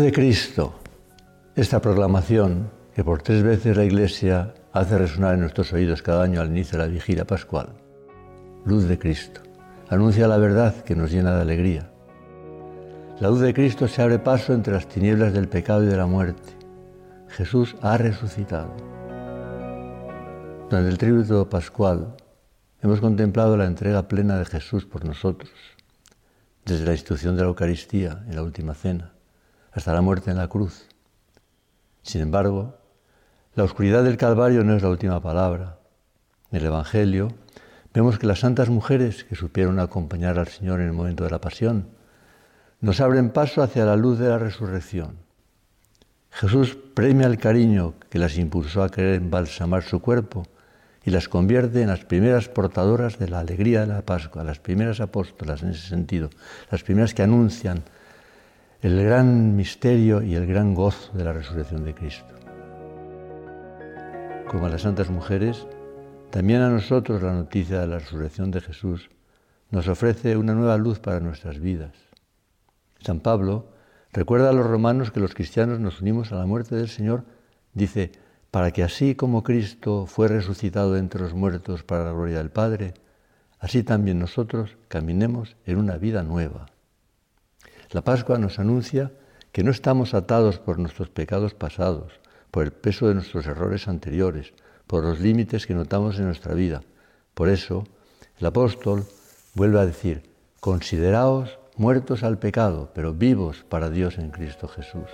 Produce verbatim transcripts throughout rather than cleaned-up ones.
de Cristo, esta proclamación que por tres veces la Iglesia hace resonar en nuestros oídos cada año al inicio de la vigilia pascual. Luz de Cristo, anuncia la verdad que nos llena de alegría. La luz de Cristo se abre paso entre las tinieblas del pecado y de la muerte. Jesús ha resucitado. Durante el tríodo pascual hemos contemplado la entrega plena de Jesús por nosotros, desde la institución de la Eucaristía en la última cena hasta la muerte en la cruz. Sin embargo, la oscuridad del Calvario no es la última palabra. En el Evangelio vemos que las santas mujeres que supieron acompañar al Señor en el momento de la pasión nos abren paso hacia la luz de la resurrección. Jesús premia el cariño que las impulsó a querer embalsamar su cuerpo y las convierte en las primeras portadoras de la alegría de la Pascua, las primeras apóstolas en ese sentido, las primeras que anuncian el gran misterio y el gran gozo de la resurrección de Cristo. Como a las santas mujeres, también a nosotros la noticia de la resurrección de Jesús nos ofrece una nueva luz para nuestras vidas. San Pablo recuerda a los romanos que los cristianos nos unimos a la muerte del Señor, dice, para que así como Cristo fue resucitado entre los muertos para la gloria del Padre, así también nosotros caminemos en una vida nueva. La Pascua nos anuncia que no estamos atados por nuestros pecados pasados, por el peso de nuestros errores anteriores, por los límites que notamos en nuestra vida. Por eso, el apóstol vuelve a decir, consideraos muertos al pecado, pero vivos para Dios en Cristo Jesús.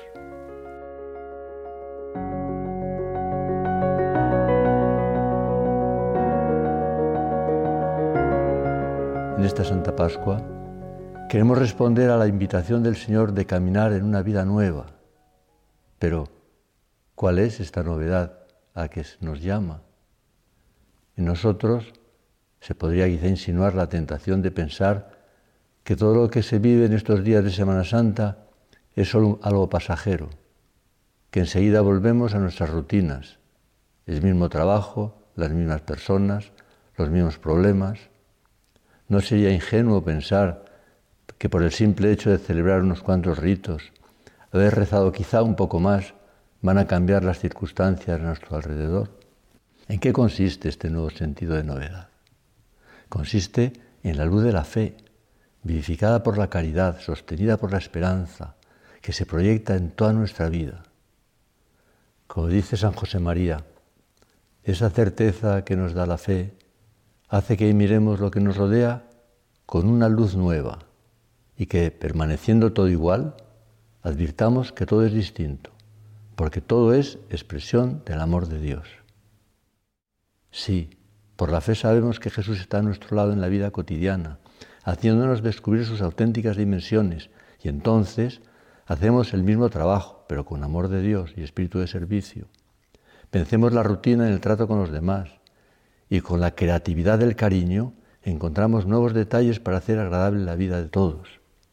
En esta Santa Pascua queremos responder a la invitación del Señor de caminar en una vida nueva. Pero, ¿cuál es esta novedad a que nos llama? En nosotros se podría quizá insinuar la tentación de pensar que todo lo que se vive en estos días de Semana Santa es solo algo pasajero, que enseguida volvemos a nuestras rutinas, el mismo trabajo, las mismas personas, los mismos problemas. ¿No sería ingenuo pensar que por el simple hecho de celebrar unos cuantos ritos, haber rezado quizá un poco más, van a cambiar las circunstancias a nuestro alrededor? ¿En qué consiste este nuevo sentido de novedad? Consiste en la luz de la fe, vivificada por la caridad, sostenida por la esperanza, que se proyecta en toda nuestra vida. Como dice San José María, esa certeza que nos da la fe hace que miremos lo que nos rodea con una luz nueva y que, permaneciendo todo igual, advirtamos que todo es distinto, porque todo es expresión del amor de Dios. Sí, por la fe sabemos que Jesús está a nuestro lado en la vida cotidiana, haciéndonos descubrir sus auténticas dimensiones, y entonces hacemos el mismo trabajo, pero con amor de Dios y espíritu de servicio. Vencemos la rutina en el trato con los demás, y con la creatividad del cariño encontramos nuevos detalles para hacer agradable la vida de todos.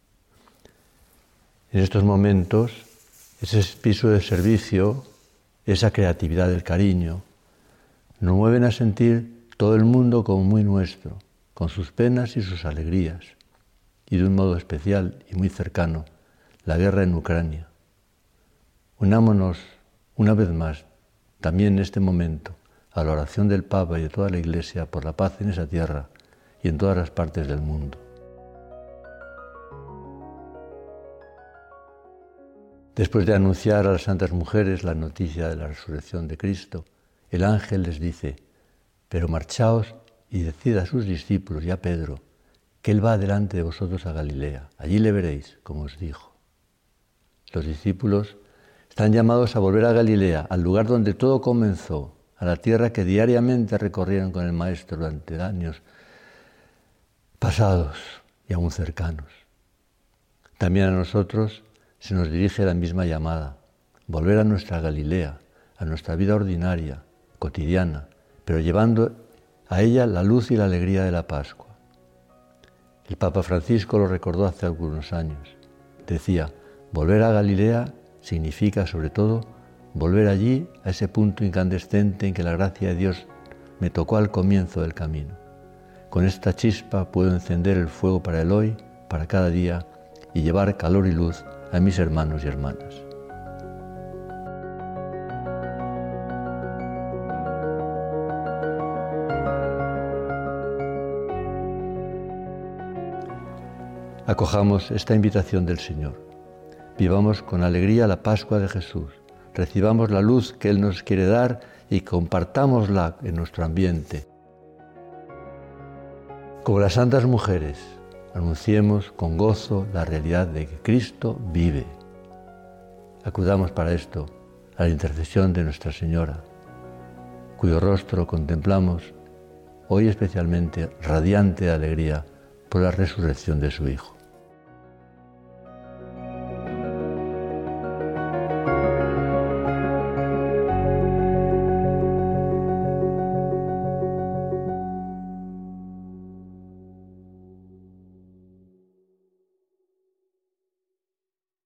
En estos momentos, ese espíritu de servicio, esa creatividad del cariño, nos mueven a sentir todo el mundo como muy nuestro, con sus penas y sus alegrías, y de un modo especial y muy cercano, la guerra en Ucrania. Unámonos una vez más, también en este momento, a la oración del Papa y de toda la Iglesia por la paz en esa tierra y en todas las partes del mundo. Después de anunciar a las santas mujeres la noticia de la resurrección de Cristo, el ángel les dice, pero marchaos y decid a sus discípulos y a Pedro que él va delante de vosotros a Galilea. Allí le veréis, como os dijo. Los discípulos están llamados a volver a Galilea, al lugar donde todo comenzó, a la tierra que diariamente recorrieron con el Maestro durante años pasados y aún cercanos. También a nosotros se nos dirige la misma llamada, volver a nuestra Galilea, a nuestra vida ordinaria, cotidiana, pero llevando a ella la luz y la alegría de la Pascua. El Papa Francisco lo recordó hace algunos años. Decía, volver a Galilea significa, sobre todo, volver allí a ese punto incandescente en que la gracia de Dios me tocó al comienzo del camino. Con esta chispa puedo encender el fuego para el hoy, para cada día, y llevar calor y luz a mis hermanos y hermanas. Acojamos esta invitación del Señor. Vivamos con alegría la Pascua de Jesús. Recibamos la luz que Él nos quiere dar y compartámosla en nuestro ambiente. Como las santas mujeres, anunciemos con gozo la realidad de que Cristo vive. Acudamos para esto a la intercesión de Nuestra Señora, cuyo rostro contemplamos hoy especialmente radiante de alegría por la resurrección de su Hijo.